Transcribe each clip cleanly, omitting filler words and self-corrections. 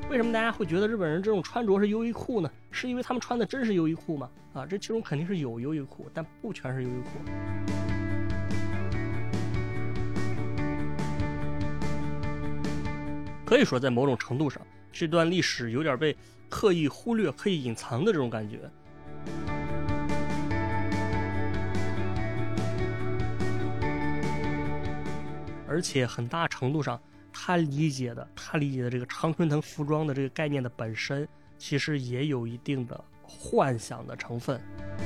为什么大家会觉得日本人这种穿着是优衣库呢？是因为他们穿的真是优衣库吗？这其中肯定是有优衣库，但不全是优衣库。可以说在某种程度上，这段历史有点被刻意忽略、刻意隐藏的这种感觉。而且很大程度上，他理解的这个常春藤服装的这个概念的本身，其实也有一定的幻想的成分。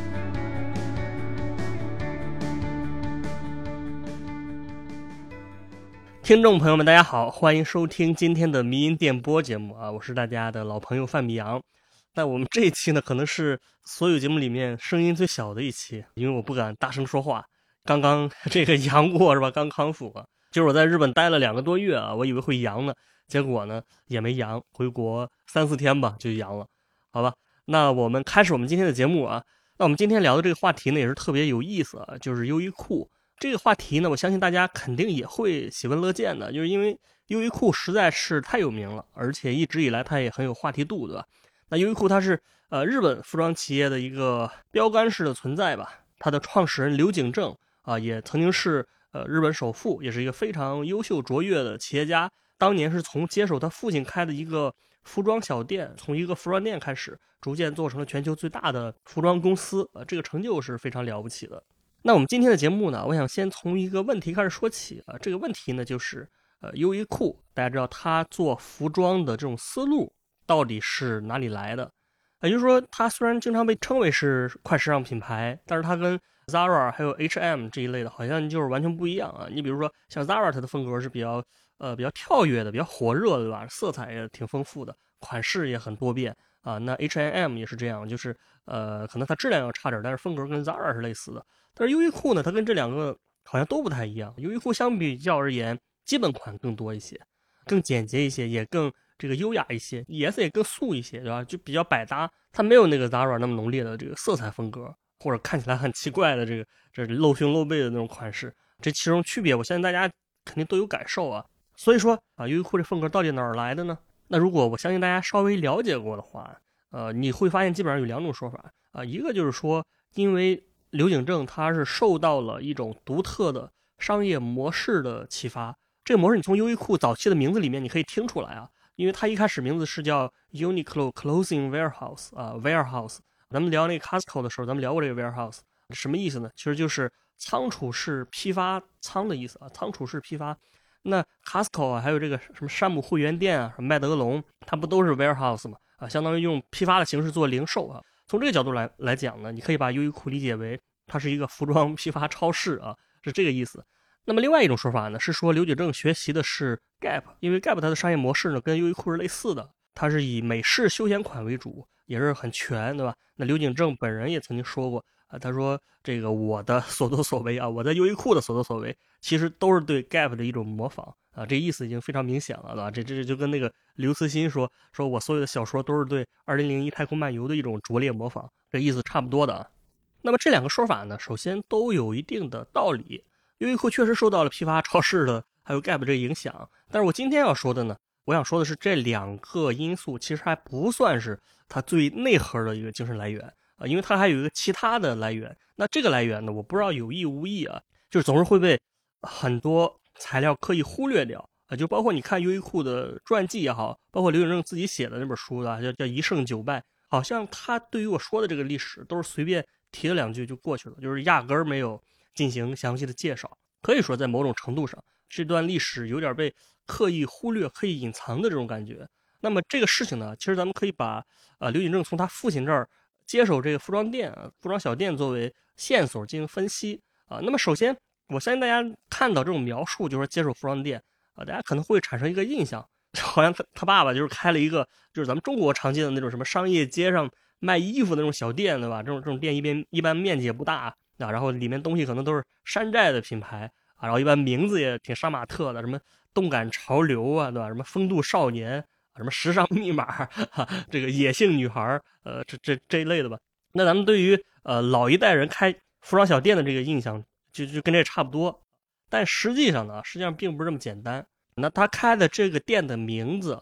听众朋友们大家好，欢迎收听今天的迷音电波节目我是大家的老朋友范米阳。那我们这一期呢，可能是所有节目里面声音最小的一期，因为我不敢大声说话。刚刚这个阳过是吧？刚康复就是我在日本待了2个多月我以为会阳呢，结果呢也没阳，回国3-4天吧就阳了，好吧。那我们开始我们今天的节目那我们今天聊的这个话题呢也是特别有意思就是优衣库这个话题呢，我相信大家肯定也会喜闻乐见的，就是因为优衣库实在是太有名了，而且一直以来它也很有话题度，对吧？那优衣库它是日本服装企业的一个标杆式的存在吧，它的创始人柳井正也曾经是日本首富，也是一个非常优秀卓越的企业家。当年是从接手他父亲开的一个服装小店，从一个服装店开始，逐渐做成了全球最大的服装公司这个成就是非常了不起的。那我们今天的节目呢，我想先从一个问题开始说起这个问题呢就是优衣库，大家知道他做服装的这种思路到底是哪里来的？也就是说，它虽然经常被称为是快时尚品牌，但是它跟 Zara 还有 H&M 这一类的好像就是完全不一样你比如说像 Zara 它的风格是比较跳跃的，比较火热的，对吧？色彩也挺丰富的，款式也很多变那 H&M 也是这样，就是可能它质量要差点，但是风格跟 Zara 是类似的。但是优衣库呢，它跟这2个好像都不太一样。优衣库相比较而言，基本款更多一些，更简洁一些，也更这个优雅一些，颜色也更素一些，对吧？就比较百搭，它没有那个 Zara 那么浓烈的这个色彩风格，或者看起来很奇怪的这露胸露背的那种款式。这其中区别，我相信大家肯定都有感受所以说优衣库这风格到底哪儿来的呢？那如果我相信大家稍微了解过的话，你会发现基本上有2种说法一个就是说，因为柳井正他是受到了一种独特的商业模式的启发。这个模式你从优衣库早期的名字里面你可以听出来因为它一开始名字是叫 Uniqlo Clothing Warehouse Warehouse。咱们聊那个 Costco 的时候，咱们聊过这个 Warehouse 什么意思呢？其实就是仓储式批发仓的意思仓储式批发。那 Costco 还有这个什么山姆会员店什么麦德龙，它不都是 Warehouse 吗？相当于用批发的形式做零售从这个角度来讲呢，你可以把优衣库理解为它是一个服装批发超市是这个意思。那么另外一种说法呢，是说柳井正学习的是 Gap， 因为 Gap 它的商业模式呢跟优衣库是类似的，它是以美式休闲款为主，也是很全，对吧？那柳井正本人也曾经说过他说这个我的所作所为我在优衣库的所作所为，其实都是对 Gap 的一种模仿这意思已经非常明显了，对吧？这就跟那个刘慈欣说我所有的小说都是对2001太空漫游的一种拙劣模仿，这意思差不多的那么这2个说法呢，首先都有一定的道理。优衣库确实受到了批发超市的还有 Gap 这个影响，但是我今天要说的呢，我想说的是这2个因素其实还不算是它最内核的一个精神来源因为它还有一个其他的来源。那这个来源呢，我不知道有意无意就是总是会被很多材料刻意忽略掉就包括你看优衣库的传记也好，包括刘永正自己写的那本书叫一胜9败，好像他对于我说的这个历史都是随便提了2句就过去了，就是压根儿没有进行详细的介绍。可以说在某种程度上，这段历史有点被刻意忽略、刻意隐藏的这种感觉。那么这个事情呢，其实咱们可以把刘井正从他父亲这儿接手这个服装店服装小店作为线索进行分析那么首先我相信大家看到这种描述，就是接手服装店大家可能会产生一个印象，好像他爸爸就是开了一个就是咱们中国常见的那种什么商业街上卖衣服的那种小店，对吧？这种店一般面积也不大然后里面东西可能都是山寨的品牌然后一般名字也挺杀马特的，什么动感潮流对吧？什么风度少年什么时尚密码这个野性女孩这一类的吧。那咱们对于老一代人开服装小店的这个印象就跟这差不多，但实际上并不是这么简单。那他开的这个店的名字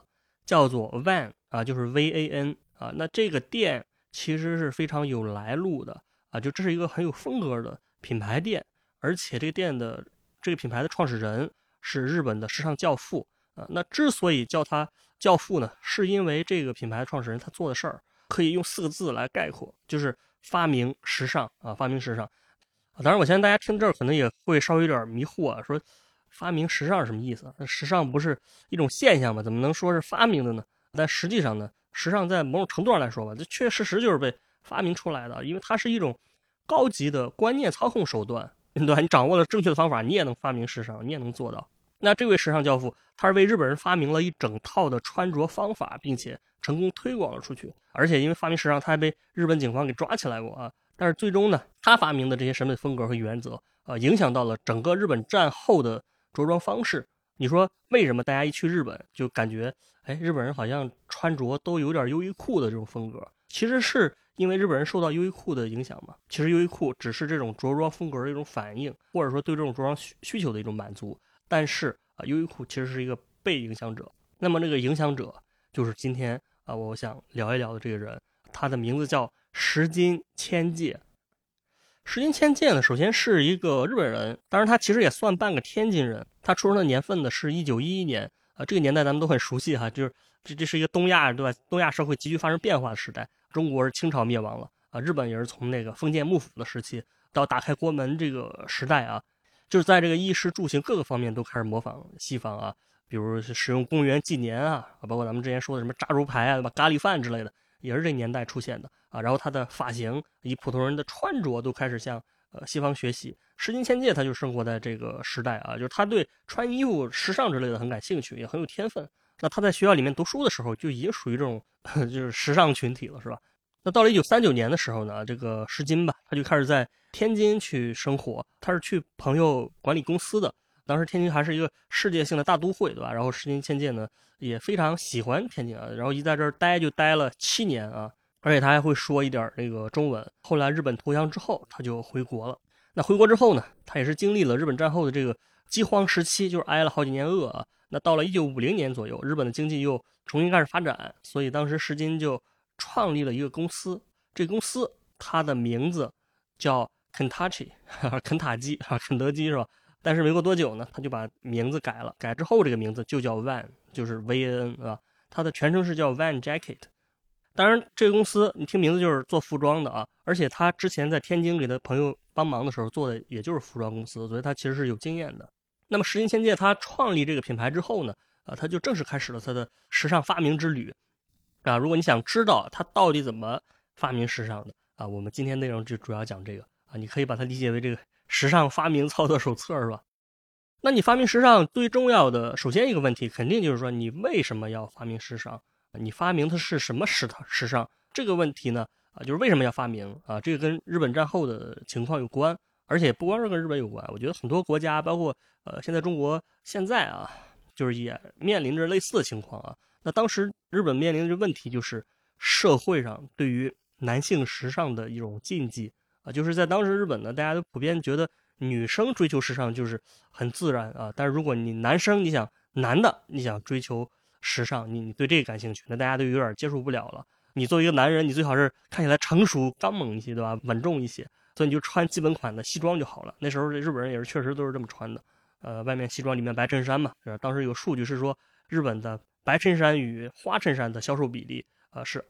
叫做 VAN 啊，就是 VAN 啊。那这个店其实是非常有来路的啊，就这是一个很有风格的品牌店，而且这个店的这个品牌的创始人是日本的时尚教父啊。那之所以叫他教父呢，是因为这个品牌的创始人他做的事儿可以用4个字来概括，就是发明时尚啊，发明时尚。当然，我相信大家听这儿可能也会稍微有点迷惑啊，说发明时尚是什么意思？时尚不是一种现象吗？怎么能说是发明的呢？但实际上呢，时尚在某种程度上来说吧，这确确实实就是被发明出来的，因为它是一种高级的观念操控手段，对吧？你掌握了正确的方法，你也能发明时尚，你也能做到。那这位时尚教父，他是为日本人发明了一整套的穿着方法，并且成功推广了出去。而且因为发明时尚，他还被日本警方给抓起来过啊。但是最终呢，他发明的这些审美风格和原则影响到了整个日本战后的着装方式。你说为什么大家一去日本就感觉日本人好像穿着都有点优衣库的这种风格？其实是因为日本人受到优衣库的影响嘛。其实优衣库只是这种着装风格的一种反应，或者说对这种着装需求的一种满足。但是优衣库其实是一个被影响者。那么这个影响者就是今天我想聊一聊的这个人，他的名字叫石津千介。石津千介呢，首先是一个日本人，当然他其实也算半个天津人。他出生的年份呢是1911年这个年代咱们都很熟悉哈，就是这是一个东亚，对吧？东亚社会急剧发生变化的时代。中国是清朝灭亡了日本也是从那个封建幕府的时期到打开国门这个时代就是在这个衣食住行各个方面都开始模仿西方比如是使用公元纪年包括咱们之前说的什么炸猪排对吧？咖喱饭之类的，也是这年代出现的然后他的发型以普通人的穿着都开始向西方学习。石津千介他就生活在这个时代就是他对穿衣服时尚之类的很感兴趣，也很有天分。那他在学校里面读书的时候就已经属于这种就是时尚群体了，是吧？那到了1939年的时候呢，这个石津吧，他就开始在天津去生活。他是去朋友管理公司的，当时天津还是一个世界性的大都会，对吧？然后石津千介呢也非常喜欢天津然后一在这儿待就待了7年而且他还会说一点那个中文。后来日本投降之后，他就回国了。那回国之后呢，他也是经历了日本战后的这个饥荒时期，就是挨了好几年饿那到了1950年左右，日本的经济又重新开始发展，所以当时石津就创立了一个公司。这个公司它的名字叫 Kentucky 肯塔基肯德基是吧？但是没过多久呢，他就把名字改了。改之后这个名字就叫 VAN， 就是 VAN 它的全称是叫 VAN Jacket。当然这个公司你听名字就是做服装的而且他之前在天津给他朋友帮忙的时候做的也就是服装公司，所以他其实是有经验的。那么石津千介他创立这个品牌之后呢他就正式开始了他的时尚发明之旅如果你想知道他到底怎么发明时尚的我们今天内容就主要讲这个你可以把它理解为这个时尚发明操作手册是吧？那你发明时尚最重要的首先一个问题肯定就是说你为什么要发明时尚，你发明的是什么时尚这个问题呢就是为什么要发明这个跟日本战后的情况有关。而且不光是跟日本有关，我觉得很多国家包括现在中国现在就是也面临着类似的情况那当时日本面临的问题就是社会上对于男性时尚的一种禁忌就是在当时日本呢，大家都普遍觉得女生追求时尚就是很自然但是如果你男生男的你想追求时尚，你对这个感兴趣，那大家都有点接受不了了。你作为一个男人，你最好是看起来成熟刚猛一些，对吧？稳重一些，所以你就穿基本款的西装就好了。那时候日本人也是确实都是这么穿的外面西装里面白衬衫嘛当时有数据是说日本的白衬衫与花衬衫的销售比例是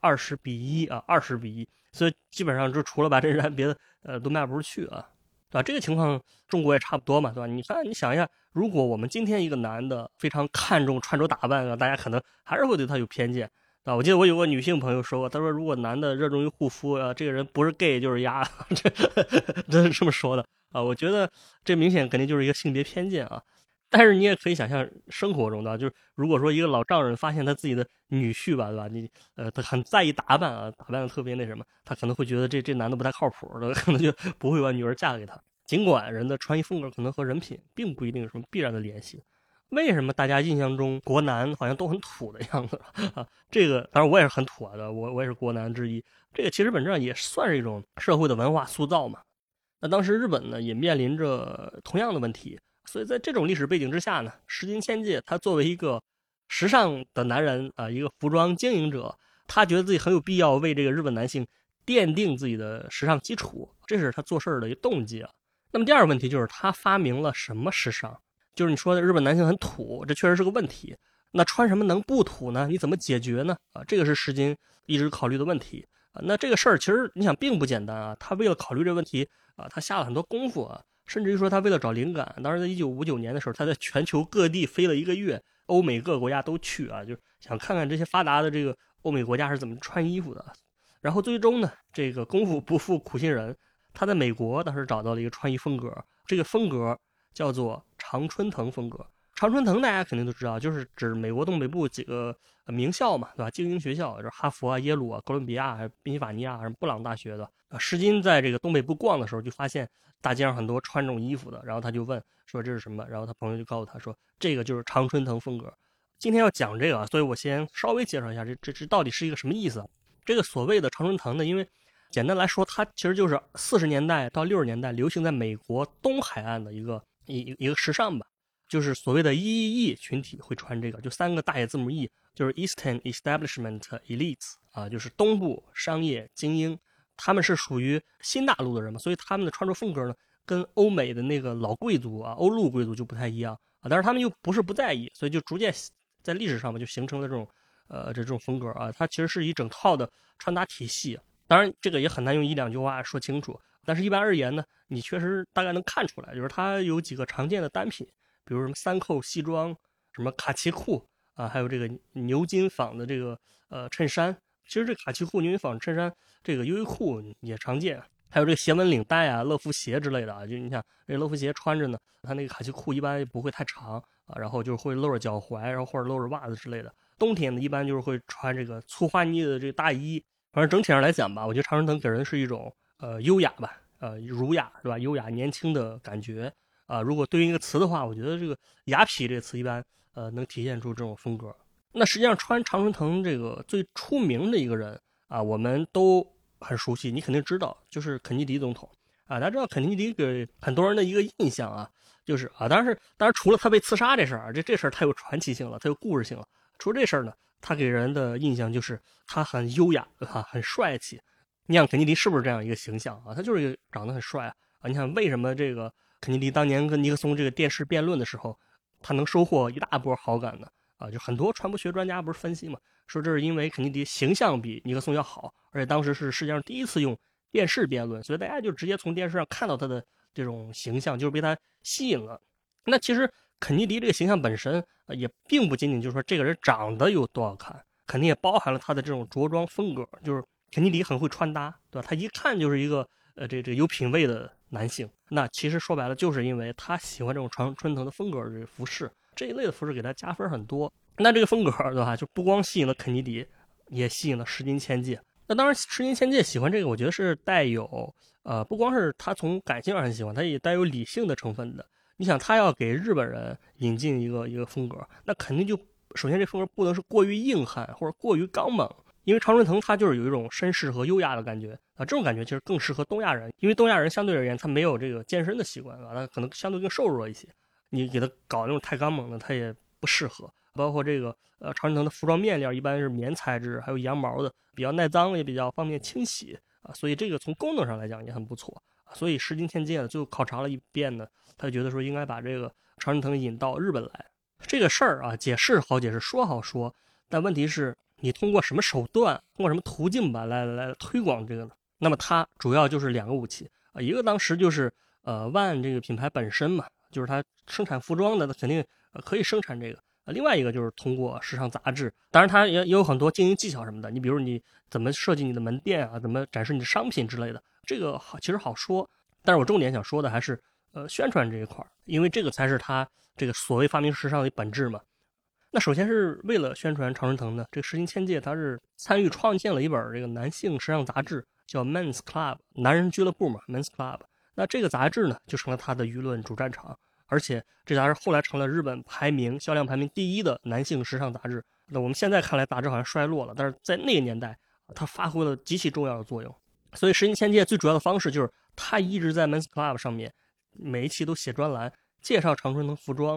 20:1所以基本上就除了白衬衫别的都卖不出去对吧？这个情况中国也差不多嘛，对吧？你看你想一下，如果我们今天一个男的非常看重穿着打扮大家可能还是会对他有偏见我记得我有个女性朋友说过，她说如果男的热衷于护肤这个人不是 gay 就是鸭真是这么说的我觉得这明显肯定就是一个性别偏见但是你也可以想象生活中的就是如果说一个老丈人发现他自己的女婿吧，对吧？你他很在意打扮打扮的特别那什么，他可能会觉得这男的不太靠谱可能就不会把女儿嫁给他。尽管人的穿衣风格可能和人品并不一定有什么必然的联系。为什么大家印象中国男好像都很土的样子这个当然我也是很土的，我也是国男之一。这个其实本质上也算是一种社会的文化塑造嘛。那当时日本呢也面临着同样的问题，所以在这种历史背景之下呢，石津千介他作为一个时尚的男人啊，一个服装经营者，他觉得自己很有必要为这个日本男性奠定自己的时尚基础，这是他做事儿的一个动机啊。那么第二个问题就是他发明了什么时尚？就是你说的日本男性很土，这确实是个问题。那穿什么能不土呢？你怎么解决呢？啊，这个是石金一直考虑的问题啊。那这个事儿其实你想并不简单啊。他为了考虑这个问题啊，他下了很多功夫啊，甚至于说他为了找灵感，当时在1959年的时候，他在全球各地飞了1个月，欧美各个国家都去啊，就是想看看这些发达的这个欧美国家是怎么穿衣服的。然后最终呢，这个功夫不负苦心人，他在美国当时找到了一个穿衣风格，这个风格叫做常春藤风格。常春藤大家肯定都知道，就是指美国东北部几个名校嘛，对吧？精英学校，就是哈佛啊、耶鲁啊、哥伦比亚、还有宾夕法尼亚、还是布朗大学的。诗金在这个东北部逛的时候，就发现大街上很多穿这种衣服的，然后他就问说这是什么，然后他朋友就告诉他说这个就是常春藤风格。今天要讲这个，所以我先稍微介绍一下这到底是一个什么意思。这个所谓的常春藤呢，因为简单来说，它其实就是40年代到60年代流行在美国东海岸的一个时尚吧。就是所谓的 EEE 群体会穿这个，就3个大写字母 E， 就是 Eastern Establishment Elites 啊，就是东部商业精英，他们是属于新大陆的人嘛，所以他们的穿着风格呢，跟欧美的那个老贵族啊、欧陆贵族就不太一样啊，但是他们又不是不在意，所以就逐渐在历史上嘛就形成了这种风格啊，它其实是一整套的穿搭体系，当然这个也很难用1、2句话说清楚，但是一般而言呢，你确实大概能看出来，就是它有几个常见的单品。比如什么3扣西装，什么卡其裤啊，还有这个牛津纺的这个衬衫。其实这卡其裤、牛津纺衬衫，这个优衣库也常见。还有这个斜纹领带啊、乐福鞋之类的啊，就你想这乐福鞋穿着呢，它那个卡其裤一般不会太长啊，然后就会露着脚踝，然后或者露着袜子之类的。冬天呢，一般就是会穿这个粗花呢的这个大衣。反正整体上来讲吧，我觉得常春藤给人是一种优雅吧，儒雅是吧？优雅年轻的感觉。如果对应一个词的话，我觉得这个雅痞这个词一般能体现出这种风格。那实际上穿常春藤这个最出名的一个人啊，我们都很熟悉，你肯定知道，就是肯尼迪总统啊。大家知道肯尼迪给很多人的一个印象啊，就是啊，当然除了他被刺杀这事儿，这事儿太有传奇性了，太有故事性了。除了这事儿呢，他给人的印象就是他很优雅啊，很帅气。你想肯尼迪是不是这样一个形象啊？他就是一个长得很帅啊。你看为什么这个肯尼迪当年跟尼克松这个电视辩论的时候，他能收获一大波好感呢？啊，就很多传播学专家不是分析嘛，说这是因为肯尼迪形象比尼克松要好，而且当时是世界上第一次用电视辩论，所以大家就直接从电视上看到他的这种形象，就是被他吸引了。那其实肯尼迪这个形象本身也并不仅仅就是说这个人长得有多好看，肯定也包含了他的这种着装风格，就是肯尼迪很会穿搭，对吧？他一看就是一个这有品位的男性。那其实说白了就是因为他喜欢这种常春藤的风格的服饰，这一类的服饰给他加分很多。那这个风格对吧，就不光吸引了肯尼迪，也吸引了石津千介。那当然石津千介喜欢这个，我觉得是带有不光是他从感性上很喜欢，他也带有理性的成分的。你想他要给日本人引进一个风格，那肯定就首先这风格不能是过于硬汉或者过于刚猛，因为常春藤它就是有一种绅士和优雅的感觉啊，这种感觉其实更适合东亚人，因为东亚人相对而言他没有这个健身的习惯啊，他可能相对更瘦弱一些，你给他搞那种太刚猛的他也不适合。包括这个常春藤的服装面料一般是棉材质，还有羊毛的，比较耐脏也比较方便清洗啊，所以这个从功能上来讲也很不错。所以石津千介呢就考察了一遍呢，他就觉得说应该把这个常春藤引到日本来。这个事儿啊，解释好解释，说好说，但问题是你通过什么手段，通过什么途径吧来推广这个呢？那么它主要就是2个武器啊，一个当时就是万这个品牌本身嘛，就是它生产服装的，它肯定可以生产这个。另外一个就是通过时尚杂志，当然它也有很多经营技巧什么的，你比如你怎么设计你的门店啊，怎么展示你的商品之类的，这个其实好说，但是我重点想说的还是宣传这一块，因为这个才是它这个所谓发明时尚的本质嘛。那首先是为了宣传常春藤呢，这个石津千介他是参与创建了一本这个男性时尚杂志，叫 Men's Club 男人俱乐部嘛 Men's Club。那这个杂志呢就成了他的舆论主战场，而且这杂志后来成了日本销量排名第1的男性时尚杂志。那我们现在看来杂志好像衰落了，但是在那个年代它发挥了极其重要的作用。所以石津千介最主要的方式就是他一直在 Men's Club 上面每一期都写专栏介绍常春藤服装，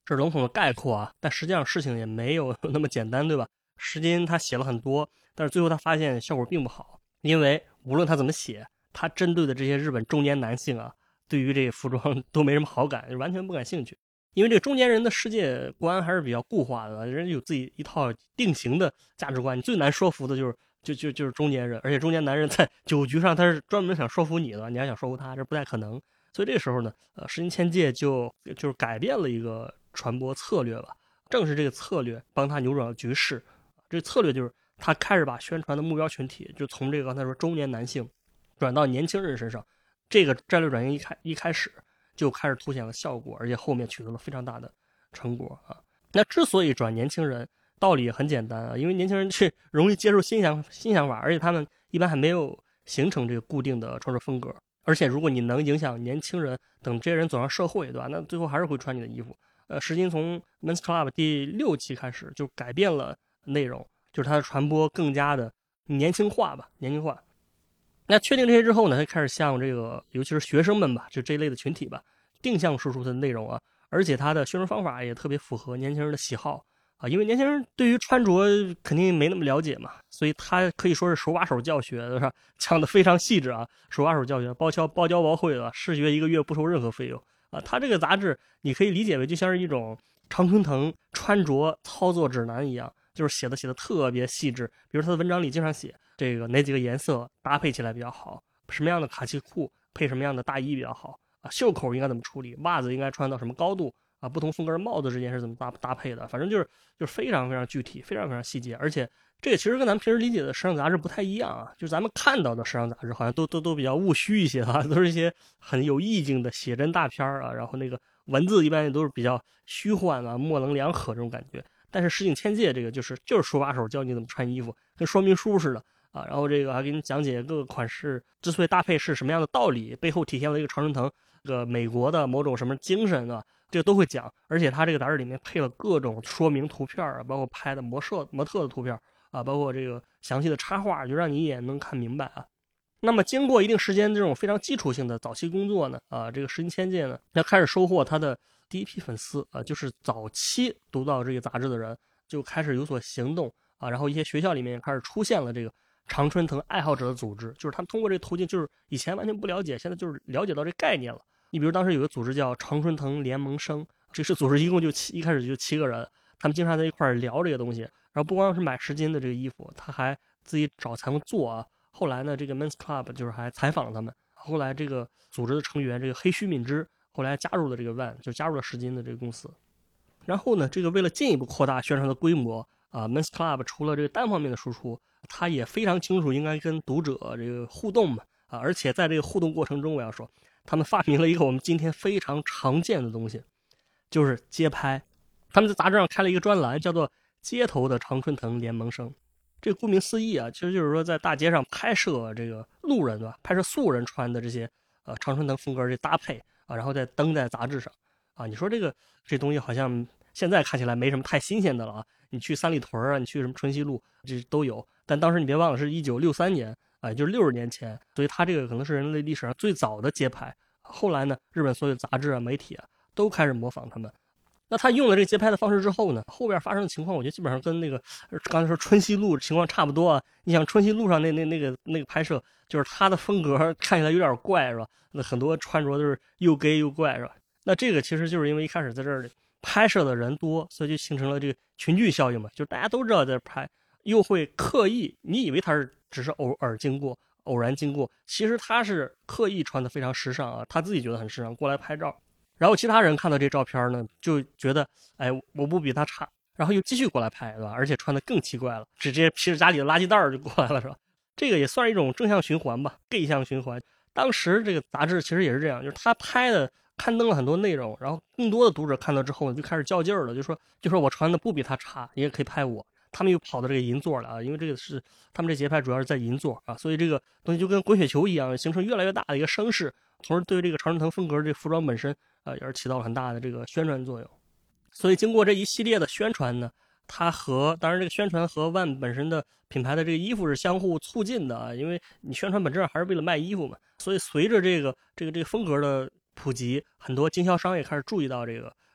是笼统的概括啊，但实际上事情也没有那么简单，对吧？时间他写了很多，但是最后他发现效果并不好，因为无论他怎么写，他针对的这些日本中年男性啊，对于这个服装都没什么好感，就完全不感兴趣。因为这个中年人的世界观还是比较固化的，人有自己一套定型的价值观，你最难说服的就是中年人，而且中年男人在酒局上他是专门想说服你的，你还想说服他，这不太可能。所以这个时候呢，石井千介就是改变了一个传播策略吧，正是这个策略帮他扭转了局势。这个策略就是他开始把宣传的目标群体就从这个刚才说中年男性转到年轻人身上，这个战略转型一开始就开始凸显了效果，而且后面取得了非常大的成果啊。那之所以转年轻人，道理也很简单啊，因为年轻人是容易接受新想法，而且他们一般还没有形成这个固定的创作风格。而且如果你能影响年轻人，等这些人走上社会，对吧？那最后还是会穿你的衣服。石井从 Men's Club 第6期开始就改变了内容，就是它的传播更加的年轻化吧，年轻化。那确定这些之后呢，他开始向这个尤其是学生们吧，就这一类的群体吧，定向输出它的内容啊，而且它的宣传方法也特别符合年轻人的喜好啊，因为年轻人对于穿着肯定没那么了解嘛，所以他可以说是手把手教学，对吧？讲的非常细致啊，手把手教学，包教包会的，试学1个月不收任何费用啊。他这个杂志你可以理解为就像是一种常春藤穿着操作指南一样，就是写的特别细致，比如他的文章里经常写这个哪几个颜色搭配起来比较好，什么样的卡其裤配什么样的大衣比较好啊，袖口应该怎么处理，袜子应该穿到什么高度啊，不同风格的帽子之间是怎么搭配的，反正就是非常非常具体，非常非常细节，而且这个其实跟咱们平时理解的时尚杂志不太一样啊，就是咱们看到的时尚杂志好像都比较务虚一些啊，都是一些很有意境的写真大片啊，然后那个文字一般也都是比较虚幻啊、模棱两可这种感觉。但是石井千介这个就是手把手教你怎么穿衣服，跟说明书似的啊，然后这个还给你讲解各个款式之所以搭配是什么样的道理，背后体现了一个常春藤这个美国的某种什么精神啊，这个都会讲。而且他这个杂志里面配了各种说明图片啊，包括拍的模特的图片啊，包括这个详细的插画，就让你一眼能看明白啊。那么经过一定时间这种非常基础性的早期工作呢，这个石井千介呢，要开始收获他的第一批粉丝啊，就是早期读到这个杂志的人就开始有所行动啊，然后一些学校里面也开始出现了这个常春藤爱好者的组织，就是他们通过这个途径，就是以前完全不了解，现在就是了解到这概念了。你比如当时有个组织叫常春藤联盟生，这是组织一共一开始就7个人，他们经常在一块聊这个东西，然后不光是买10斤的这个衣服，他还自己找裁缝做啊。后来呢，这个 Men's Club 就是还采访了他们，后来这个组织的成员这个黑须敏之后来加入了这个 Van， 就加入了10斤的这个公司。然后呢，这个为了进一步扩大宣传的规模啊，Men's Club 除了这个单方面的输出，他也非常清楚应该跟读者这个互动嘛啊，而且在这个互动过程中，我要说，他们发明了一个我们今天非常常见的东西，就是街拍。他们在杂志上开了一个专栏，叫做街头的常春藤联盟生。这顾名思义啊，其实就是说在大街上拍摄这个路人，对吧？拍摄素人穿的这些常春藤风格这搭配啊，然后再登在杂志上啊。你说这东西好像现在看起来没什么太新鲜的了啊。你去三里屯啊，你去什么春熙路，这都有。但当时你别忘了是1963年啊，也就是60年前，所以它这个可能是人类历史上最早的街拍。后来呢，日本所有杂志啊、媒体啊都开始模仿他们。那他用了这个街拍的方式之后呢，后边发生的情况，我觉得基本上跟那个刚才说春熙路情况差不多啊。你想春熙路上那个拍摄，就是他的风格看起来有点怪，是吧？那很多穿着都是又 gay 又怪，是吧？那这个其实就是因为一开始在这儿拍摄的人多，所以就形成了这个群聚效应嘛，就是大家都知道在这拍，又会刻意，你以为他是只是偶然经过，其实他是刻意穿的非常时尚啊，他自己觉得很时尚，过来拍照。然后其他人看到这照片呢，就觉得，哎，我不比他差，然后又继续过来拍，对吧？而且穿的更奇怪了，直接披着家里的垃圾袋就过来了，是吧？这个也算是一种正向循环吧，gay 向循环。当时这个杂志其实也是这样，就是他拍的刊登了很多内容，然后更多的读者看到之后呢，就开始较劲儿了，就说我穿的不比他差，你也可以拍我。他们又跑到这个银座了啊，因为这个是他们这节拍主要是在银座啊，所以这个东西就跟滚雪球一样，形成越来越大的一个声势，同时对这个常春藤风格这服装本身也是起到了很大的这个宣传作用。所以经过这一系列的宣传呢，它当然这个宣传和万本身的品牌的这个衣服是相互促进的啊，因为你宣传本质上还是为了卖衣服嘛。所以随着这个风格的普及，很多经销商也开始注意到这个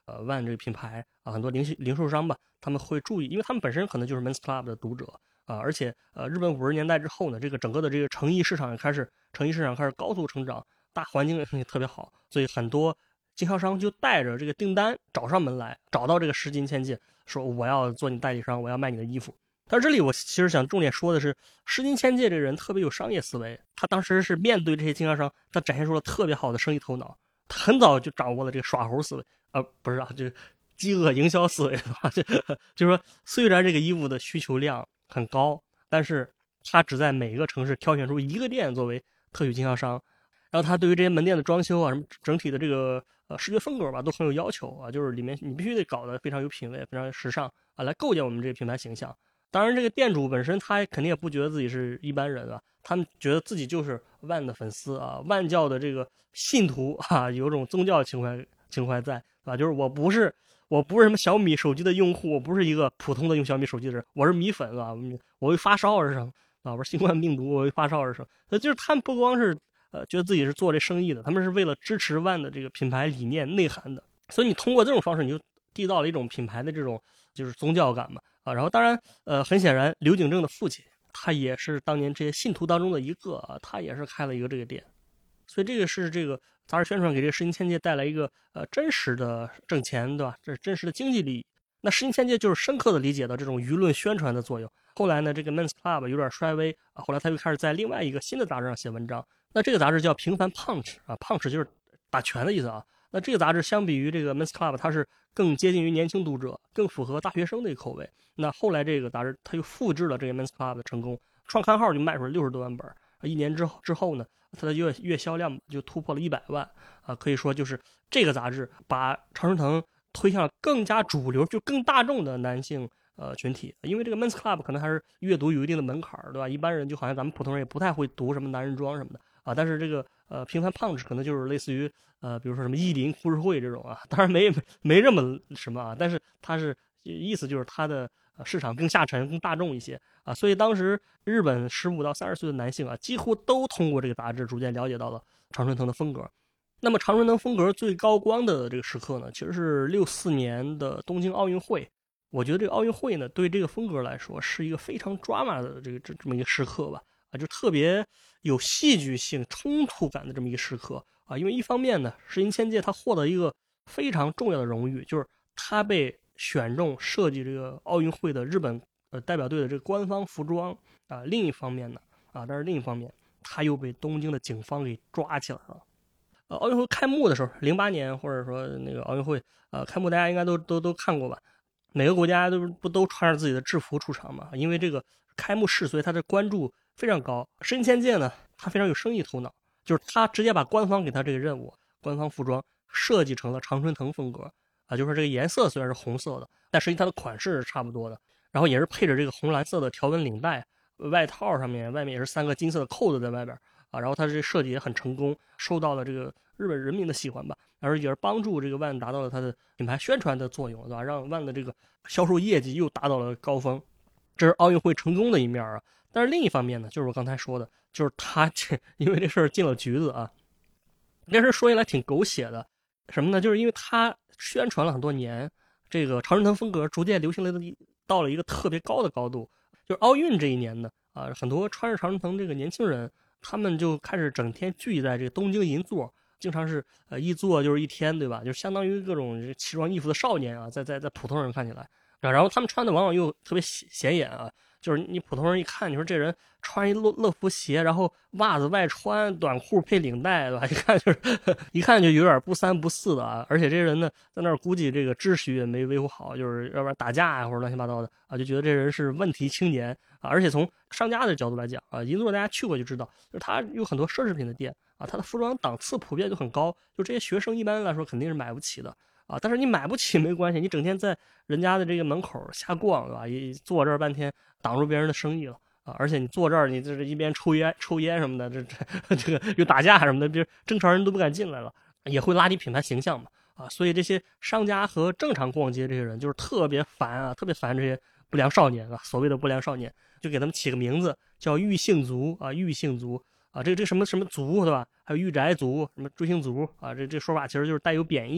万这个品牌啊，很多零售商吧，他们会注意，因为他们本身可能就是 Men's Club 的读者啊，而且日本50年代之后呢，这个整个的这个成衣市场开始高速成长，大环境也特别好，所以很多经销商就带着这个订单找上门来，找到这个石津千介，说我要做你代理商，我要卖你的衣服。但是这里我其实想重点说的是，石津千介这个人特别有商业思维，他当时是面对这些经销商，他展现出了特别好的生意头脑，他很早就掌握了这个耍猴思维，不是啊，就是饥饿营销思维吧，就是说，虽然这个衣服的需求量很高，但是他只在每个城市挑选出一个店作为特许经销商，然后他对于这些门店的装修啊，什么整体的这个视觉风格吧，都很有要求啊，就是里面你必须得搞得非常有品位，非常时尚啊，来构建我们这个品牌形象。当然，这个店主本身他肯定也不觉得自己是一般人啊，他们觉得自己就是万的粉丝啊，万教的这个信徒啊，有种宗教情怀在，对吧？就是我不是什么小米手机的用户，我不是一个普通的用小米手机的人，我是米粉啊，我为发烧而生啊，我是新冠病毒，我为发烧而生。就是他们不光是觉得自己是做这生意的，他们是为了支持万的这个品牌理念内涵的。所以你通过这种方式，你就缔造了一种品牌的这种就是宗教感嘛。然后当然，很显然，刘景正的父亲他也是当年这些信徒当中的一个啊，他也是开了一个这个店，所以这个是这个杂志宣传给这个石津千介带来一个真实的挣钱，对吧？这是真实的经济利益。那石津千介就是深刻的理解到这种舆论宣传的作用。后来呢，这个 Men's Club 有点衰微啊，后来他又开始在另外一个新的杂志上写文章。那这个杂志叫《平凡 Punch》啊，Punch 就是打拳的意思啊。那这个杂志相比于这个 Men's Club， 它是更接近于年轻读者，更符合大学生的一个口味。那后来这个杂志它又复制了这个 Men's Club 的成功，创刊号就卖出了60多万本，一年之后呢，它的月销量就突破了100万啊，可以说就是这个杂志把常春藤推向了更加主流，就更大众的男性群体。因为这个 Men's Club 可能还是阅读有一定的门槛，对吧？一般人就好像咱们普通人也不太会读什么男人装什么的啊，但是这个平凡Punch可能就是类似于比如说什么意林故事会这种啊，当然没这么什么啊，但是它是意思就是它的市场更下沉、更大众一些啊，所以当时日本15到30岁的男性啊，几乎都通过这个杂志逐渐了解到了常春藤的风格。那么常春藤风格最高光的这个时刻呢，其实是64年的东京奥运会。我觉得这个奥运会呢，对这个风格来说是一个非常 drama 的这么一个时刻吧，啊，就特别有戏剧性、冲突感的这么一个时刻啊。因为一方面呢，石井千介他获得一个非常重要的荣誉，就是他被选中设计这个奥运会的日本代表队的这个官方服装啊。另一方面呢，但是另一方面他又被东京的警方给抓起来了。奥运会开幕的时候，08年或者说那个奥运会开幕，大家应该都看过吧？每个国家不都穿着自己的制服出场嘛？因为这个开幕式，所以他的关注非常高。石井千介呢，他非常有生意头脑，就是他直接把官方给他这个任务，官方服装设计成了常春藤风格啊，就是这个颜色虽然是红色的，但实际它的款式是差不多的，然后也是配着这个红蓝色的条纹领带，外套上面外面也是3个金色的扣子在外边啊，然后它这设计也很成功，受到了这个日本人民的喜欢吧，而也是帮助这个万达到了它的品牌宣传的作用，对吧？让万的这个销售业绩又达到了高峰，这是奥运会成功的一面啊。但是另一方面呢，就是我刚才说的，就是他因为这事儿进了局子啊。这事说起来挺狗血的，什么呢？就是因为他宣传了很多年，这个常春藤风格逐渐流行到了一个特别高的高度。就是奥运这一年呢，很多穿着常春藤这个年轻人，他们就开始整天聚集在这个东京银座，经常是一坐就是一天，对吧？就相当于各种奇装异服的少年啊，在普通人看起来，然后他们穿的往往又特别显眼啊。就是你普通人一看，你说这人穿一乐福鞋，然后袜子外穿，短裤配领带，对吧？一看就有点不三不四的啊。而且这人呢，在那儿估计这个秩序也没维护好，就是要不然打架呀或者乱七八糟的啊，就觉得这人是问题青年啊。而且从商家的角度来讲啊，银座大家去过就知道，就是他有很多奢侈品的店啊，他的服装档次普遍就很高，就这些学生一般来说肯定是买不起的。但是你买不起没关系，你整天在人家的这个门口瞎逛，对吧？一坐这儿半天，挡住别人的生意了啊！而且你坐这儿，你这一边抽烟什么的，这个又打架什么的，别人正常人都不敢进来了，也会拉低品牌形象嘛啊！所以这些商家和正常逛街这些人就是特别烦啊，特别烦这些不良少年啊，所谓的不良少年，就给他们起个名字叫御幸族啊，御幸族啊，这什么族对吧？还有御宅族、什么追星族啊，这说法其实就是带有贬义的嘛。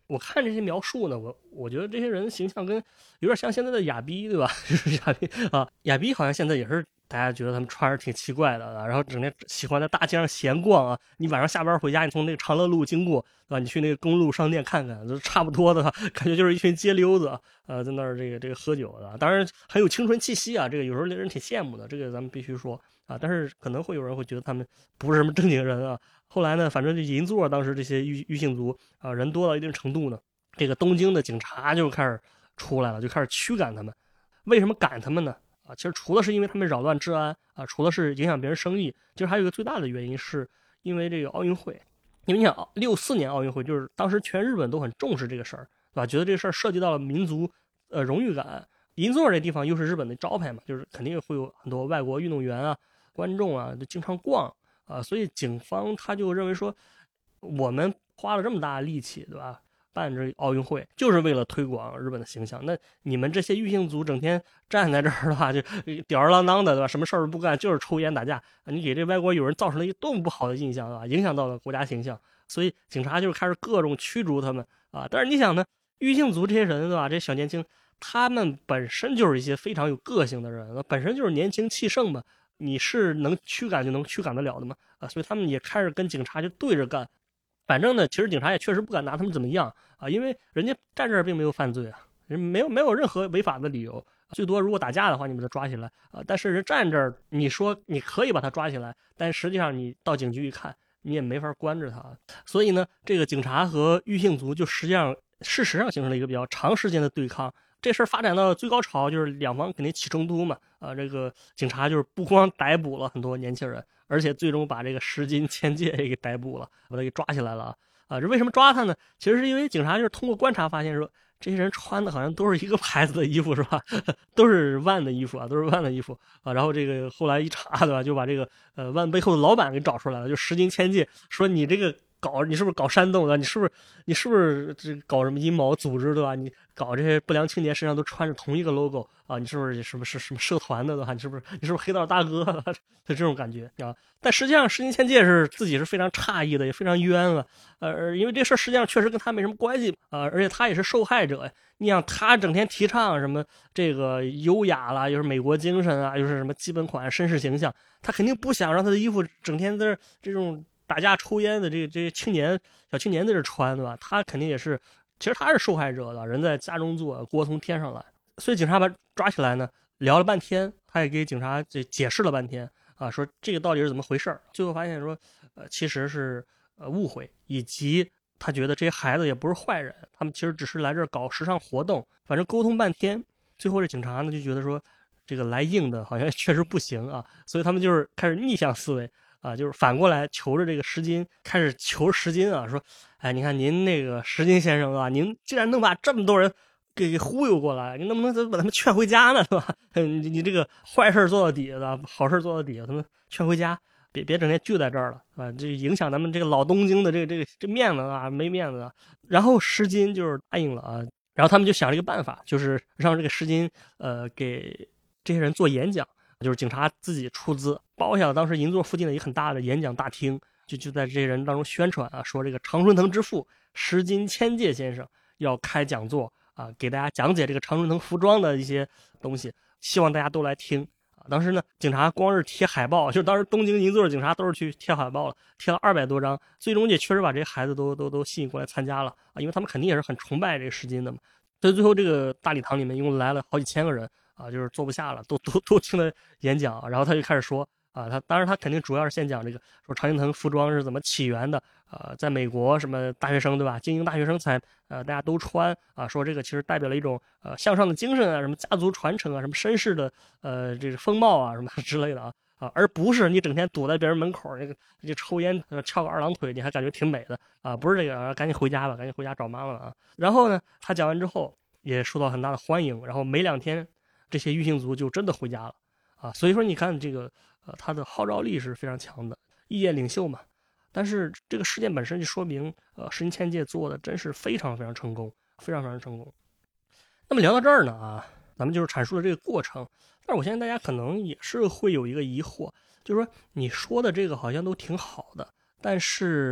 我看这些描述呢，我觉得这些人形象跟有点像现在的亚逼，对吧？就是亚逼啊，亚逼好像现在也是大家觉得他们穿着挺奇怪的啊，然后整天喜欢在大街上闲逛啊。你晚上下班回家，你从那个长乐路经过，对吧？你去那个公路商店看看，就差不多的，感觉就是一群街溜子在那儿这个喝酒的，当然很有青春气息啊。这个有时候令人挺羡慕的，这个咱们必须说啊。但是可能会有人会觉得他们不是什么正经人啊。后来呢，反正这银座当时这些异姓族啊，人多到一定程度呢，这个东京的警察就开始出来了，就开始驱赶他们。为什么赶他们呢？啊，其实除了是因为他们扰乱治安啊，除了是影响别人生意，其实还有一个最大的原因是因为这个奥运会。因为你想，64年奥运会就是当时全日本都很重视这个事儿，对吧？觉得这个事儿涉及到了民族荣誉感。银座这地方又是日本的招牌嘛，就是肯定会有很多外国运动员啊、观众啊，就经常逛啊，所以警方他就认为说，我们花了这么大的力气，对吧？办这奥运会就是为了推广日本的形象。那你们这些异姓族整天站在这儿的话，就吊儿郎当的，对吧？什么事儿都不干，就是抽烟打架，你给这外国友人造成了一个多么不好的印象，对吧？影响到了国家形象。所以警察就开始各种驱逐他们啊。但是你想呢，异姓族这些人，对吧？这些小年轻，他们本身就是一些非常有个性的人，本身就是年轻气盛嘛。你是能驱赶就能驱赶得了的吗？啊，所以他们也开始跟警察就对着干。反正呢，其实警察也确实不敢拿他们怎么样啊，因为人家站这儿并没有犯罪啊，人没有任何违法的理由，最多如果打架的话，你把他抓起来啊。但是人站这儿，你说你可以把他抓起来，但实际上你到警局一看，你也没法关着他。所以呢，这个警察和异姓族就事实上形成了一个比较长时间的对抗。这事儿发展到最高潮，就是两方肯定起冲突嘛。这个警察就是不光逮捕了很多年轻人，而且最终把这个石津千介也给逮捕了，把他给抓起来了啊。这为什么抓他呢？其实是因为警察就是通过观察发现说，这些人穿的好像都是一个牌子的衣服，是吧？都是万的衣服啊，都是万的衣服啊。然后这个后来一查，对吧？就把这个万背后的老板给找出来了，就石津千介，说你这个你是不是搞煽动的？你是不是这搞什么阴谋组织，对吧？你搞这些不良青年身上都穿着同一个 logo 啊？你是不是什么社团的，对吧？你是不是黑道大哥？就这种感觉啊。但实际上石津千介自己是非常诧异的，也非常冤了。因为这事实际上确实跟他没什么关系啊，而且他也是受害者呀。你想他整天提倡什么这个优雅啦，又是美国精神啊，又是什么基本款绅士形象，他肯定不想让他的衣服整天在这种打架抽烟的这些小青年在这穿，对吧？他肯定也是，其实他是受害者的，人在家中坐，锅从天上来。所以警察把他抓起来呢，聊了半天，他也给警察解释了半天啊，说这个到底是怎么回事。最后发现说，其实是误会，以及他觉得这些孩子也不是坏人，他们其实只是来这儿搞时尚活动。反正沟通半天，最后这警察呢就觉得说，这个来硬的好像确实不行啊，所以他们就是开始逆向思维啊，就是反过来求着这个石津，开始求石津啊，说，哎，你看您那个石津先生啊，您竟然能把这么多人给忽悠过来，你能不能把他们劝回家呢，是吧？你这个坏事做到底的，好事做到底，他们劝回家。别整天聚在这儿了啊！这影响咱们这个老东京的这面子啊，没面子啊。然后石津就是答应了啊，然后他们就想了一个办法，就是让这个石津给这些人做演讲，就是警察自己出资包下了当时银座附近的一个很大的演讲大厅，就在这些人当中宣传啊，说这个常春藤之父石津千介先生要开讲座啊，给大家讲解这个常春藤服装的一些东西，希望大家都来听。当时呢，警察光是贴海报，就当时东京银座的警察都是去贴海报了，贴了200多张，最终也确实把这些孩子都吸引过来参加了啊，因为他们肯定也是很崇拜这个石津的嘛。所以最后这个大礼堂里面一共来了好几千个人啊，就是坐不下了，都听他演讲，然后他就开始说啊，当然他肯定主要是先讲这个说常青藤服装是怎么起源的，在美国什么大学生对吧，精英大学生才大家都穿啊，说这个其实代表了一种向上的精神啊，什么家族传承啊，什么绅士的这个风貌啊什么之类的啊，而不是你整天躲在别人门口这抽烟翘个二郎腿，你还感觉挺美的啊，不是这个，赶紧回家吧，赶紧回家找妈妈啊。然后呢，他讲完之后也受到很大的欢迎，然后没2天，这些异姓族就真的回家了啊。所以说你看这个他的号召力是非常强的，意见领袖嘛。但是这个事件本身就说明，石津千介做的真是非常非常成功，非常非常成功。那么聊到这儿呢啊，咱们就是阐述了这个过程。但是我相信大家可能也是会有一个疑惑，就是说你说的这个好像都挺好的，但是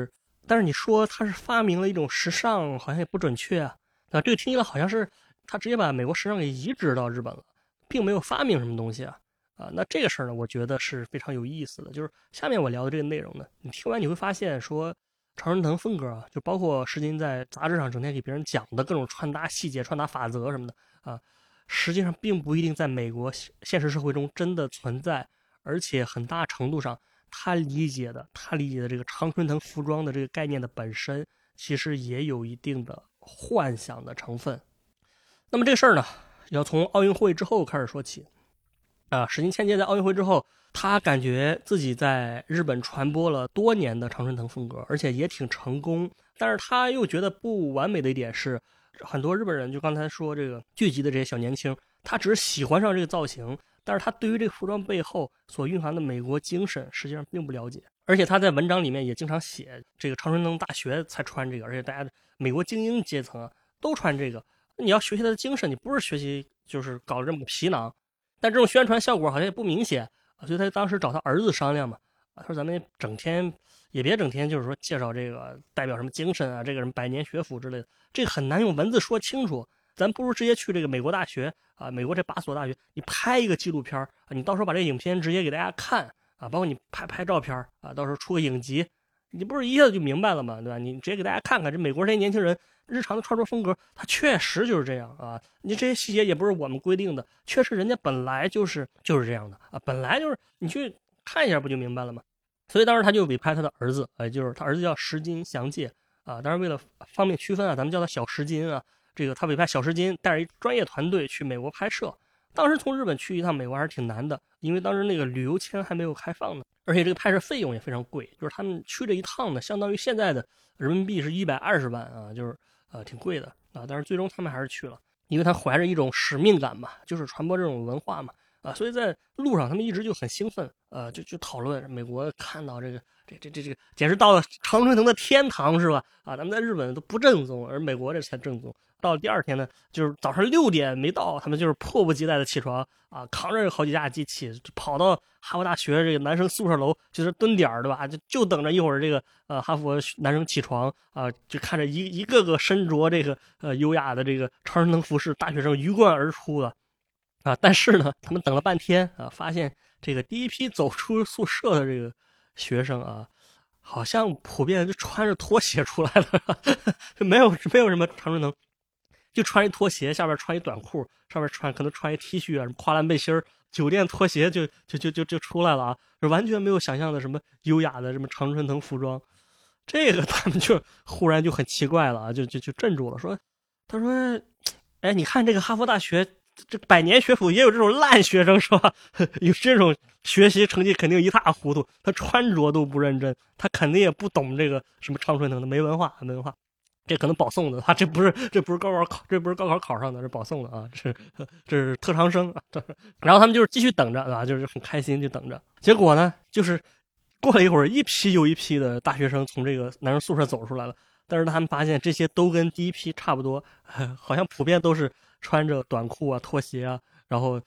但是你说他是发明了一种时尚，好像也不准确啊。这个听起来好像是他直接把美国时尚给移植到日本了，并没有发明什么东西啊。那这个事儿呢，我觉得是非常有意思的。就是下面我聊的这个内容呢，你听完你会发现说，常春藤风格啊，就包括石金在杂志上整天给别人讲的各种穿搭细节、穿搭法则什么的啊，实际上并不一定在美国现实社会中真的存在，而且很大程度上，他理解的这个常春藤服装的这个概念的本身，其实也有一定的幻想的成分。那么这个事儿呢，要从奥运会之后开始说起。石金千介在奥运会之后，他感觉自己在日本传播了多年的常春藤风格，而且也挺成功。但是他又觉得不完美的一点是，很多日本人就刚才说这个聚集的这些小年轻，他只是喜欢上这个造型，但是他对于这个服装背后所蕴含的美国精神实际上并不了解。而且他在文章里面也经常写，这个常春藤大学才穿这个，而且大家美国精英阶层都穿这个。你要学习他的精神，你不是学习就是搞这么皮囊。但这种宣传效果好像也不明显所以他当时找他儿子商量嘛，他说咱们也别整天就是说介绍这个代表什么精神啊，这个什么百年学府之类的，这个很难用文字说清楚，咱不如直接去这个美国大学美国这8所大学，你拍一个纪录片你到时候把这个影片直接给大家看包括你拍照片到时候出个影集，你不是一下子就明白了吗？对吧？你直接给大家看看这美国这些年轻人日常的穿着风格，它确实就是这样你这些细节也不是我们规定的，确实人家本来就是这样的本来就是你去看一下不就明白了吗？所以当时他就委派他的儿子就是他儿子叫石金祥介当然为了方便区分咱们叫他小石金这个他委派小石金带着一专业团队去美国拍摄。当时从日本去一趟美国还是挺难的，因为当时那个旅游签还没有开放呢，而且这个拍摄费用也非常贵，就是他们去这一趟呢，相当于现在的人民币是120万就是挺贵的但是最终他们还是去了，因为他怀着一种使命感嘛，就是传播这种文化嘛所以在路上他们一直就很兴奋就讨论美国看到这个简直到了常春藤的天堂是吧咱们在日本都不正宗，而美国这才正宗。到了第二天呢，就是早上6点没到，他们就是迫不及待的起床扛着好几架机器跑到哈佛大学这个男生宿舍楼，就是蹲点对吧？就等着一会儿这个哈佛男生起床就看着一个个身着这个优雅的这个常春藤服饰大学生鱼贯而出的但是呢，他们等了半天发现这个第一批走出宿舍的这个学生好像普遍就穿着拖鞋出来了没有什么常春藤。就穿一拖鞋，下边穿一短裤，上面可能穿一 T 恤什么跨栏背心酒店拖鞋就出来了完全没有想象的什么优雅的什么常春藤服装。这个他们就忽然就很奇怪了就镇住了，他说，哎，你看这个哈佛大学这百年学府也有这种烂学生是吧？有这种学习成绩肯定一塌糊涂，他穿着都不认真，他肯定也不懂这个什么常春藤的，没文化。这可能保送的这不是高考考上的，是保送的这是特长生然后他们就是继续等着就是很开心就等着。结果呢，就是过了一会儿，一批又一批的大学生从这个男生宿舍走出来了，但是他们发现这些都跟第一批差不多好像普遍都是穿着短裤拖鞋然后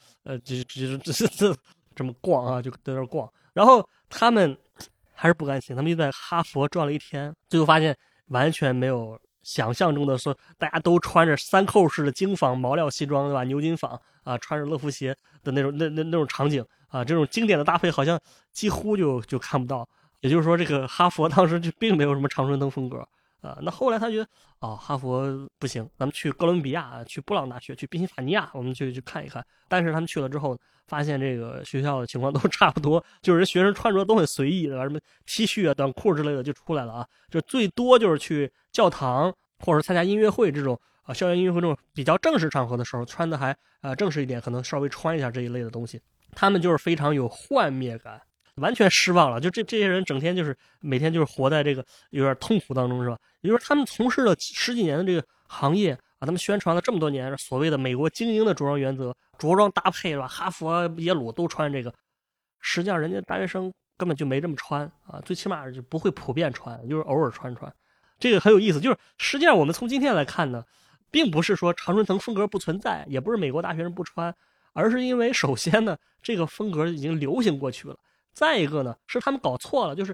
这么逛就在这逛。然后他们还是不甘心，他们就在哈佛转了一天，最后发现完全没有想象中的说大家都穿着3扣式的精纺毛料西装对吧，牛津纺穿着乐福鞋的那种场景这种经典的搭配好像几乎就看不到。也就是说这个哈佛当时就并没有什么常春藤风格那后来他觉得哈佛不行，咱们去哥伦比亚，去布朗大学，去宾夕法尼亚，我们去看一看。但是他们去了之后发现这个学校的情况都差不多，就是学生穿着都很随意的，什么 T 恤短裤之类的就出来了就最多就是去教堂或者参加音乐会这种校园音乐会这种比较正式场合的时候穿的还正式一点，可能稍微穿一下这一类的东西。他们就是非常有幻灭感，完全失望了。就这些人整天就是每天就是活在这个有点痛苦当中是吧？也就是他们从事了10几年的这个行业他们宣传了这么多年所谓的美国精英的着装原则，着装搭配是吧？哈佛耶鲁都穿这个，实际上人家大学生根本就没这么穿最起码就不会普遍穿，就是偶尔穿。这个很有意思，就是实际上我们从今天来看呢，并不是说常春藤风格不存在，也不是美国大学生不穿，而是因为首先呢这个风格已经流行过去了，再一个呢是他们搞错了，就是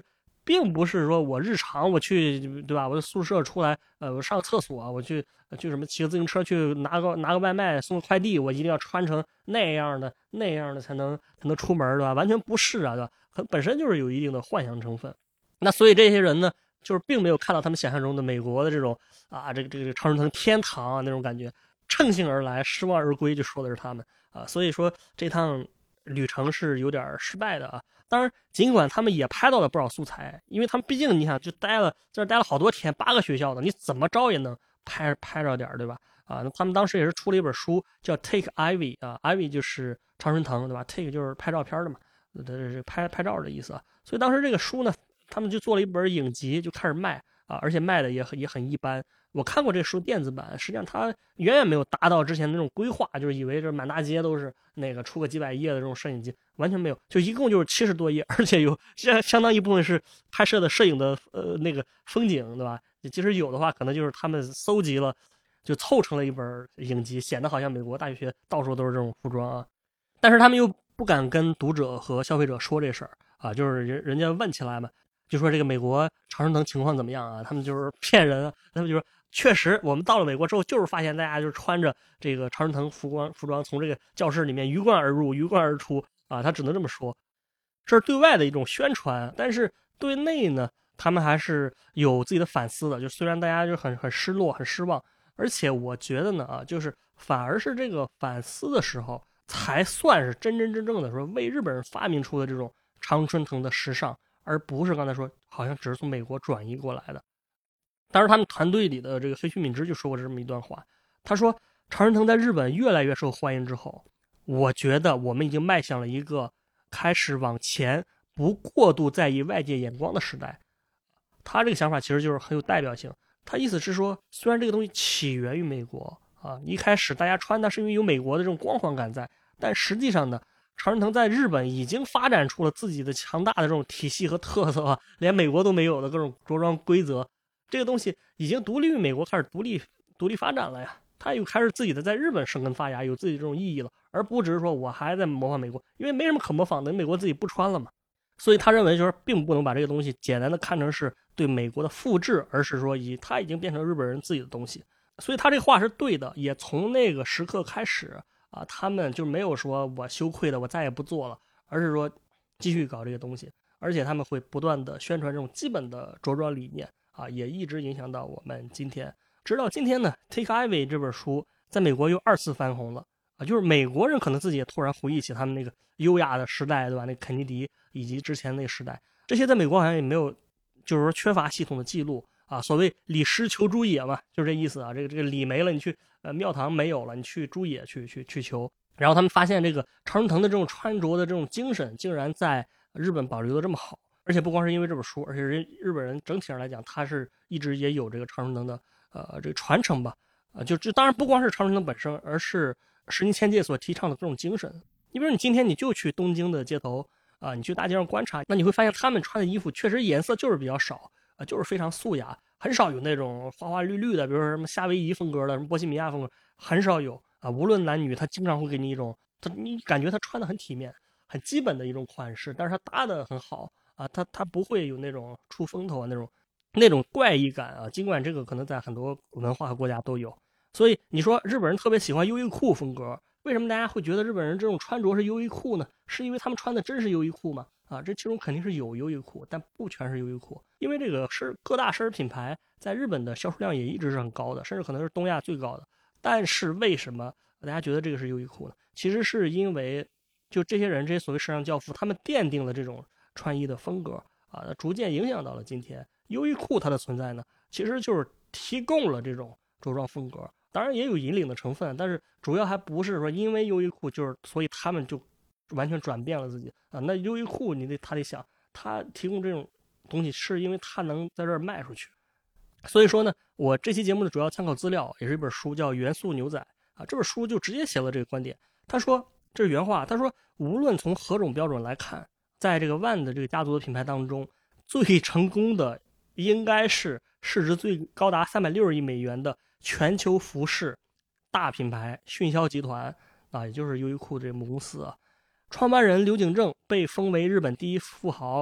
并不是说我日常我去，对吧？我的宿舍出来，我上个厕所，我去什么骑个自行车去拿个外卖送个快递，我一定要穿成那样的才能出门，对吧？完全不是啊，对吧？本身就是有一定的幻想成分。那所以这些人呢，就是并没有看到他们想象中的美国的这种这个常春藤天堂啊那种感觉，乘兴而来，失望而归，就说的是他们啊。所以说这趟旅程是有点失败的啊。当然，尽管他们也拍到了不少素材，因为他们毕竟你想就待了好多天，8个学校的，你怎么着也能拍着点，对吧？那他们当时也是出了一本书，叫 Take Ivy 啊，Ivy 就是常春藤，对吧？Take 就是拍照片的嘛，是拍照的意思啊。所以当时这个书呢，他们就做了一本影集，就开始卖啊，而且卖的也很一般。我看过这书电子版，实际上它远远没有达到之前那种规划，就是以为这满大街都是那个出个几百页的这种摄影机，完全没有，就一共就是70多页，而且有相当一部分是拍摄的摄影的那个风景，对吧？即使有的话，可能就是他们搜集了，就凑成了一本影集，显得好像美国大学到处都是这种服装啊。但是他们又不敢跟读者和消费者说这事儿啊，就是人家问起来嘛，就说这个美国常春藤情况怎么样啊？他们就是骗人啊，他们就说确实，我们到了美国之后，就是发现大家就是穿着这个常春藤服装从这个教室里面鱼贯而入、鱼贯而出啊，他只能这么说。这是对外的一种宣传，但是对内呢，他们还是有自己的反思的。就虽然大家就很失落、很失望，而且我觉得呢就是反而是这个反思的时候，才算是真正的说为日本人发明出的这种常春藤的时尚，而不是刚才说好像只是从美国转移过来的。当时他们团队里的这个黑须敏之就说过这么一段话，他说常春藤在日本越来越受欢迎之后，我觉得我们已经迈向了一个开始往前不过度在意外界眼光的时代。他这个想法其实就是很有代表性，他意思是说，虽然这个东西起源于美国啊，一开始大家穿它是因为有美国的这种光环感在，但实际上呢，常春藤在日本已经发展出了自己的强大的这种体系和特色啊，连美国都没有的各种着装规则。这个东西已经独立于美国，开始独立发展了呀。它又开始自己的在日本生根发芽，有自己这种意义了，而不只是说我还在模仿美国，因为没什么可模仿的，美国自己不穿了嘛。所以他认为就是并不能把这个东西简单的看成是对美国的复制，而是说它已经变成日本人自己的东西。所以他这话是对的，也从那个时刻开始啊，他们就没有说我羞愧的我再也不做了，而是说继续搞这个东西，而且他们会不断的宣传这种基本的着装理念啊，也一直影响到我们今天。直到今天呢， Take Ivy 这本书在美国又2次翻红了啊，就是美国人可能自己也突然回忆起他们那个优雅的时代，对吧？那肯尼迪以及之前那个时代，这些在美国好像也没有，就是说缺乏系统的记录啊。所谓礼失求诸野嘛，就是这意思啊。这个礼没了，你去庙堂没有了，你去诸野去求。然后他们发现这个常春藤的这种穿着的这种精神，竟然在日本保留的这么好。而且不光是因为这本书，而且日本人整体上来讲，他是一直也有这个常春藤的这个传承吧。就当然不光是常春藤本身，而是石井千介所提倡的这种精神。你比如你今天你就去东京的街头啊，你去大街上观察，那你会发现他们穿的衣服确实颜色就是比较少啊，就是非常素雅，很少有那种花花绿绿的，比如说什么夏威夷风格的、什么波西米亚风格，很少有啊。无论男女，他经常会给你一种，你感觉他穿的很体面、很基本的一种款式，但是他搭的很好啊，他不会有那种出风头啊那种怪异感啊。尽管这个可能在很多文化和国家都有。所以你说日本人特别喜欢优衣库风格，为什么大家会觉得日本人这种穿着是优衣库呢？是因为他们穿的真是优衣库吗？啊，这其中肯定是有优衣库，但不全是优衣库，因为这个各大奢侈品牌在日本的销售量也一直是很高的，甚至可能是东亚最高的。但是为什么大家觉得这个是优衣库呢？其实是因为就这些人，这些所谓时尚教父，他们奠定了这种穿衣的风格啊，逐渐影响到了今天。优衣库它的存在呢，其实就是提供了这种着装风格。当然也有引领的成分，但是主要还不是说因为优衣库所以他们就完全转变了自己啊。那优衣库他得想，他提供这种东西是因为他能在这儿卖出去。所以说呢，我这期节目的主要参考资料也是一本书，叫《元素牛仔》啊。这本书就直接写了这个观点，他说这是原话，他说无论从何种标准来看，在这个万的这个家族的品牌当中，最成功的应该是市值最高达360亿美元的全球服饰大品牌迅销集团啊，也就是优衣库这母公司啊。创办人刘景正被封为日本第一富豪，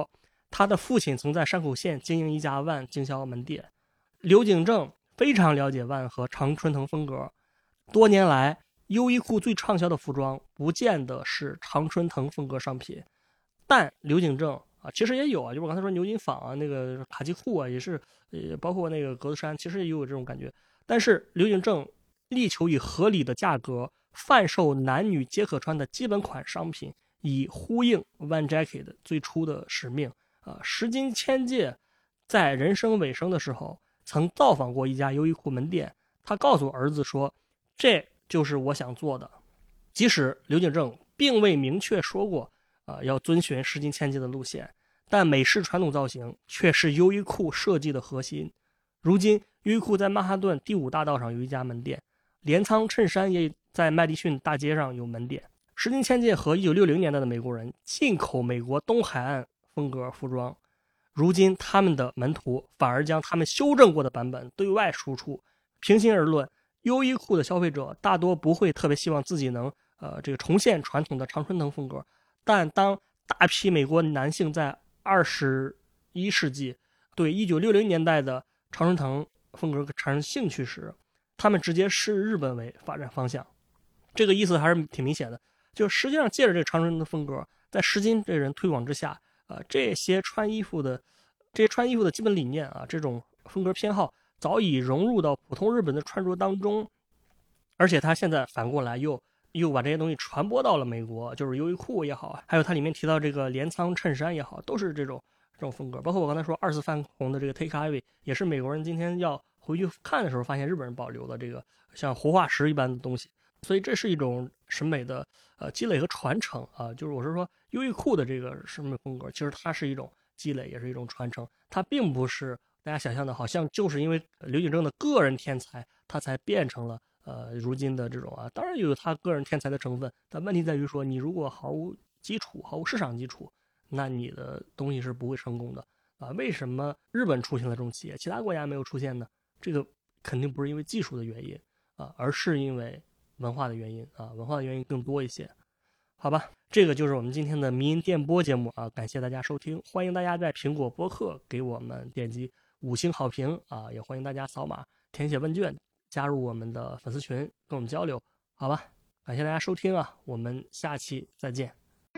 他的父亲曾在山口县经营一家万经销门店。刘景正非常了解万和常春藤风格，多年来优衣库最畅销的服装不见得是常春藤风格商品，但刘景正其实也有啊，就我刚才说牛津纺啊，那个卡其裤啊，也是，包括那个格子衫，其实也有这种感觉。但是刘景正力求以合理的价格贩售男女皆可穿的基本款商品，以呼应 One Jacket 最初的使命石津千介在人生尾声的时候，曾造访过一家优衣库门店，他告诉儿子说：“这就是我想做的。”即使刘景正并未明确说过要遵循石津千介的路线，但美式传统造型却是优衣库设计的核心。如今，优衣库在曼哈顿第5大道上有一家门店，镰仓衬衫也在麦迪逊大街上有门店。石津千介和1960年代的美国人进口美国东海岸风格服装，如今他们的门徒反而将他们修正过的版本对外输出。平心而论，优衣库的消费者大多不会特别希望自己能这个重现传统的常春藤风格，但当大批美国男性在21世纪对1960年代的常春藤风格产生兴趣时，他们直接视日本为发展方向。这个意思还是挺明显的，就实际上借着这个常春藤的风格，在石津这人推广之下这些穿衣服的基本理念这种风格偏好早已融入到普通日本的穿着当中。而且他现在反过来又把这些东西传播到了美国，就是优衣库也好，还有他里面提到这个镰仓衬衫也好，都是这种风格。包括我刚才说2次翻红的这个 Take Ivy， 也是美国人今天要回去看的时候发现日本人保留的这个像活化石一般的东西。所以这是一种审美的积累和传承就是我是说优衣库的这个审美风格，其实它是一种积累，也是一种传承。它并不是大家想象的好像就是因为刘景正的个人天才他才变成了如今的这种当然有他个人天才的成分，但问题在于说你如果毫无基础，毫无市场基础，那你的东西是不会成功的为什么日本出现了这种企业，其他国家没有出现呢？这个肯定不是因为技术的原因而是因为文化的原因文化的原因更多一些。好吧，这个就是我们今天的迷音电波节目感谢大家收听，欢迎大家在苹果播客给我们点击5星好评也欢迎大家扫码填写问卷，加入我们的粉丝群跟我们交流。好吧，感谢大家收听我们下期再见。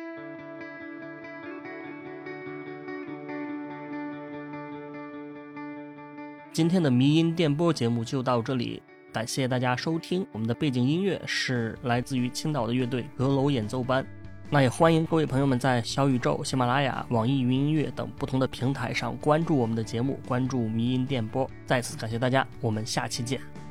今天的迷音电波节目就到这里，感谢大家收听。我们的背景音乐是来自于青岛的乐队阁楼演奏班。那也欢迎各位朋友们在小宇宙、喜马拉雅、网易云音乐等不同的平台上关注我们的节目，关注迷音电波。再次感谢大家，我们下期见。